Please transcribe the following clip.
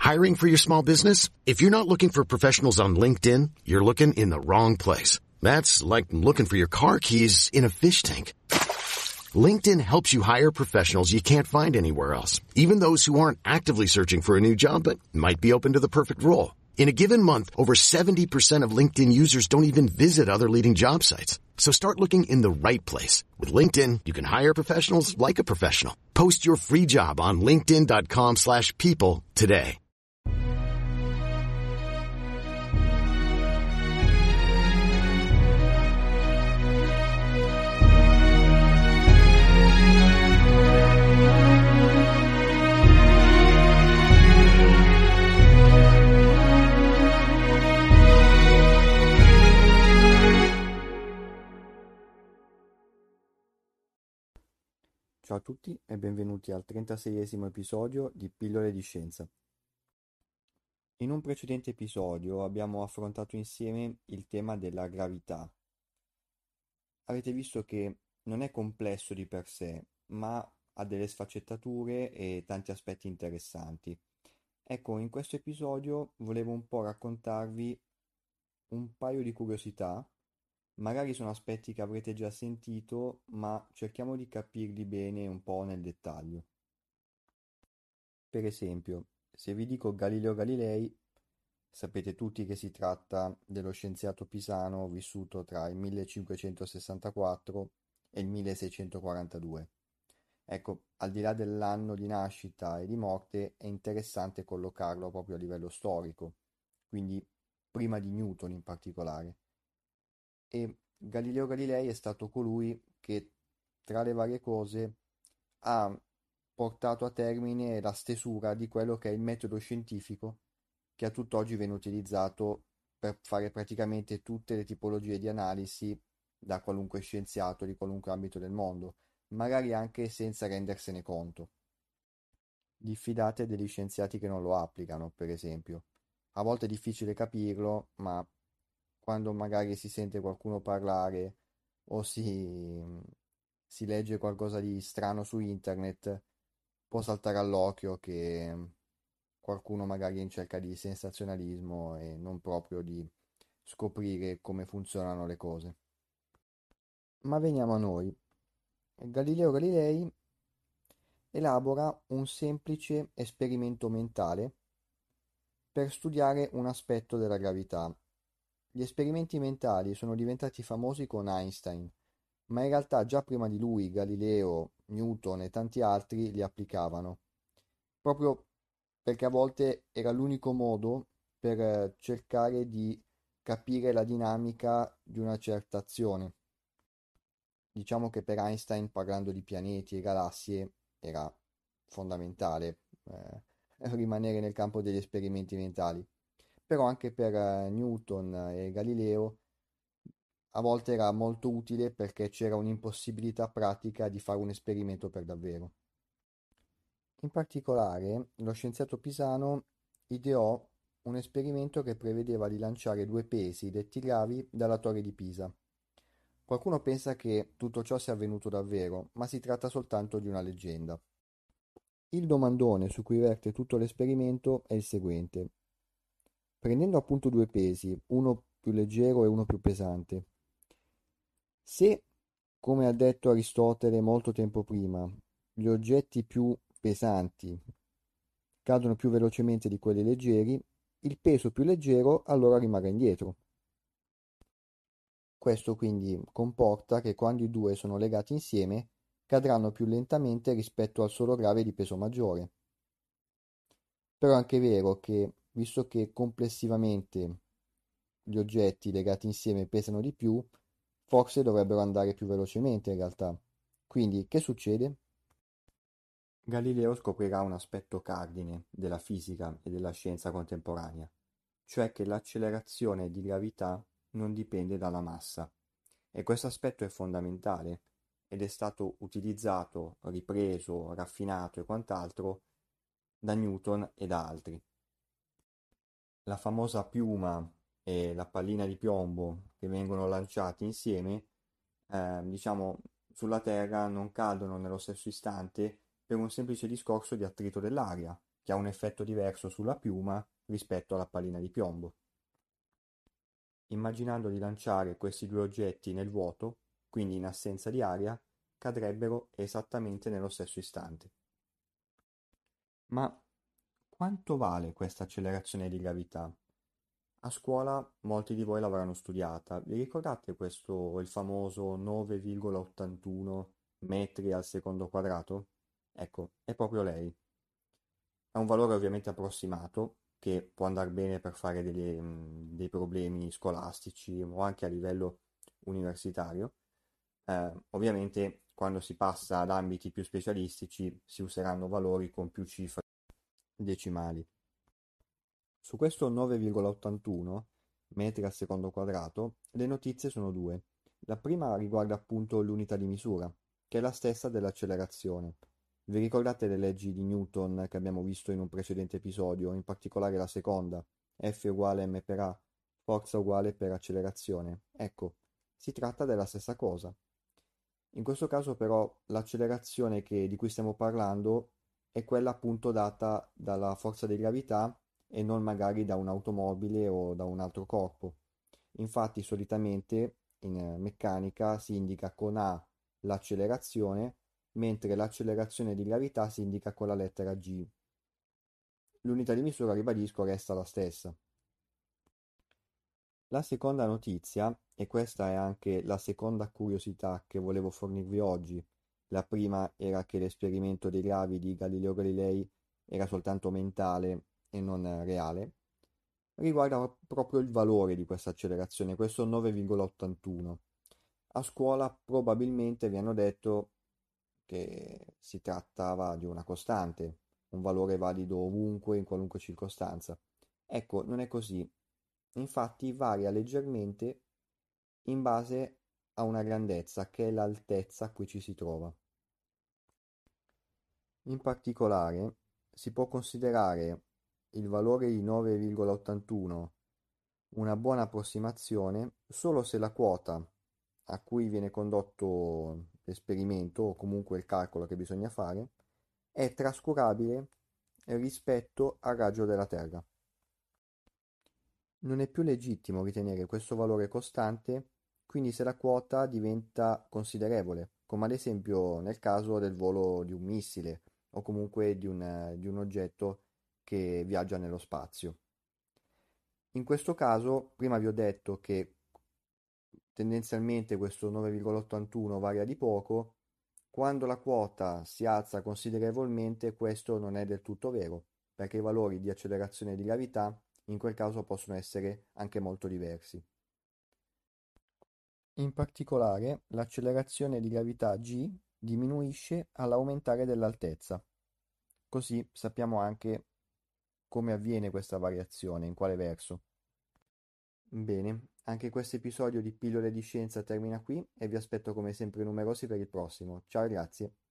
Hiring for your small business? If you're not looking for professionals on LinkedIn, you're looking in the wrong place. That's like looking for your car keys in a fish tank. LinkedIn helps you hire professionals you can't find anywhere else, even those who aren't actively searching for a new job but might be open to the perfect role. In a given month, over 70% of LinkedIn users don't even visit other leading job sites. So start looking in the right place. With LinkedIn, you can hire professionals like a professional. Post your free job on linkedin.com/people today. Ciao a tutti e benvenuti al 36esimo episodio di Pillole di Scienza. In un precedente episodio abbiamo affrontato insieme il tema della gravità. Avete visto che non è complesso di per sé, ma ha delle sfaccettature e tanti aspetti interessanti. Ecco, in questo episodio volevo un po' raccontarvi un paio di curiosità. Magari sono aspetti che avrete già sentito, ma cerchiamo di capirli bene un po' nel dettaglio. Per esempio, se vi dico Galileo Galilei, sapete tutti che si tratta dello scienziato pisano vissuto tra il 1564 e il 1642. Ecco, al di là dell'anno di nascita e di morte, è interessante collocarlo proprio a livello storico, quindi prima di Newton in particolare. E Galileo Galilei è stato colui che, tra le varie cose, ha portato a termine la stesura di quello che è il metodo scientifico che a tutt'oggi viene utilizzato per fare praticamente tutte le tipologie di analisi da qualunque scienziato di qualunque ambito del mondo, magari anche senza rendersene conto. Diffidate degli scienziati che non lo applicano, per esempio. A volte è difficile capirlo, ma quando magari si sente qualcuno parlare o si legge qualcosa di strano su internet, può saltare all'occhio che qualcuno magari è in cerca di sensazionalismo e non proprio di scoprire come funzionano le cose. Ma veniamo a noi. Galileo Galilei elabora un semplice esperimento mentale per studiare un aspetto della gravità. Gli esperimenti mentali sono diventati famosi con Einstein, ma in realtà già prima di lui Galileo, Newton e tanti altri li applicavano, proprio perché a volte era l'unico modo per cercare di capire la dinamica di una certa azione. Diciamo che per Einstein, parlando di pianeti e galassie, era fondamentale rimanere nel campo degli esperimenti mentali. Però anche per Newton e Galileo a volte era molto utile perché c'era un'impossibilità pratica di fare un esperimento per davvero. In particolare, lo scienziato pisano ideò un esperimento che prevedeva di lanciare due pesi detti gravi dalla torre di Pisa. Qualcuno pensa che tutto ciò sia avvenuto davvero, ma si tratta soltanto di una leggenda. Il domandone su cui verte tutto l'esperimento è il seguente. Prendendo appunto due pesi, uno più leggero e uno più pesante, se, come ha detto Aristotele molto tempo prima, gli oggetti più pesanti cadono più velocemente di quelli leggeri, il peso più leggero allora rimarrà indietro. Questo quindi comporta che quando i due sono legati insieme cadranno più lentamente rispetto al solo grave di peso maggiore. Però è anche vero che, visto che complessivamente gli oggetti legati insieme pesano di più, forse dovrebbero andare più velocemente in realtà. Quindi, che succede? Galileo scoprirà un aspetto cardine della fisica e della scienza contemporanea, cioè che l'accelerazione di gravità non dipende dalla massa. E questo aspetto è fondamentale ed è stato utilizzato, ripreso, raffinato e quant'altro da Newton e da altri. La famosa piuma e la pallina di piombo che vengono lanciati insieme, diciamo, sulla Terra non cadono nello stesso istante per un semplice discorso di attrito dell'aria, che ha un effetto diverso sulla piuma rispetto alla pallina di piombo. Immaginando di lanciare questi due oggetti nel vuoto, quindi in assenza di aria, cadrebbero esattamente nello stesso istante. Ma quanto vale questa accelerazione di gravità? A scuola molti di voi l'avranno studiata. Vi ricordate questo, il famoso 9,81 metri al secondo quadrato? Ecco, è proprio lei. È un valore ovviamente approssimato che può andare bene per fare dei problemi scolastici o anche a livello universitario. Ovviamente quando si passa ad ambiti più specialistici si useranno valori con più cifre decimali. Su questo 9,81 metri al secondo quadrato, le notizie sono due. La prima riguarda appunto l'unità di misura, che è la stessa dell'accelerazione. Vi ricordate le leggi di Newton che abbiamo visto in un precedente episodio, in particolare la seconda, F uguale m per a, forza uguale per accelerazione? Ecco, si tratta della stessa cosa. In questo caso però l'accelerazione di cui stiamo parlando è quella appunto data dalla forza di gravità e non magari da un'automobile o da un altro corpo. Infatti solitamente in meccanica si indica con A l'accelerazione, mentre l'accelerazione di gravità si indica con la lettera G. L'unità di misura, ribadisco, resta la stessa. La seconda notizia, e questa è anche la seconda curiosità che volevo fornirvi oggi, la prima era che l'esperimento dei gravi di Galileo Galilei era soltanto mentale e non reale, riguarda proprio il valore di questa accelerazione, questo 9,81. A scuola probabilmente vi hanno detto che si trattava di una costante, un valore valido ovunque, in qualunque circostanza. Ecco, non è così. Infatti varia leggermente in base a una grandezza, che è l'altezza a cui ci si trova. In particolare, si può considerare il valore di 9,81 una buona approssimazione solo se la quota a cui viene condotto l'esperimento o comunque il calcolo che bisogna fare è trascurabile rispetto al raggio della Terra. Non è più legittimo ritenere questo valore costante, quindi se la quota diventa considerevole, come ad esempio nel caso del volo di un missile o comunque di un oggetto che viaggia nello spazio. In questo caso, prima vi ho detto che tendenzialmente questo 9,81 varia di poco, quando la quota si alza considerevolmente questo non è del tutto vero, perché i valori di accelerazione e di gravità in quel caso possono essere anche molto diversi. In particolare, l'accelerazione di gravità g diminuisce all'aumentare dell'altezza. Così sappiamo anche come avviene questa variazione, in quale verso. Bene, anche questo episodio di Pillole di Scienza termina qui e vi aspetto come sempre numerosi per il prossimo. Ciao e grazie.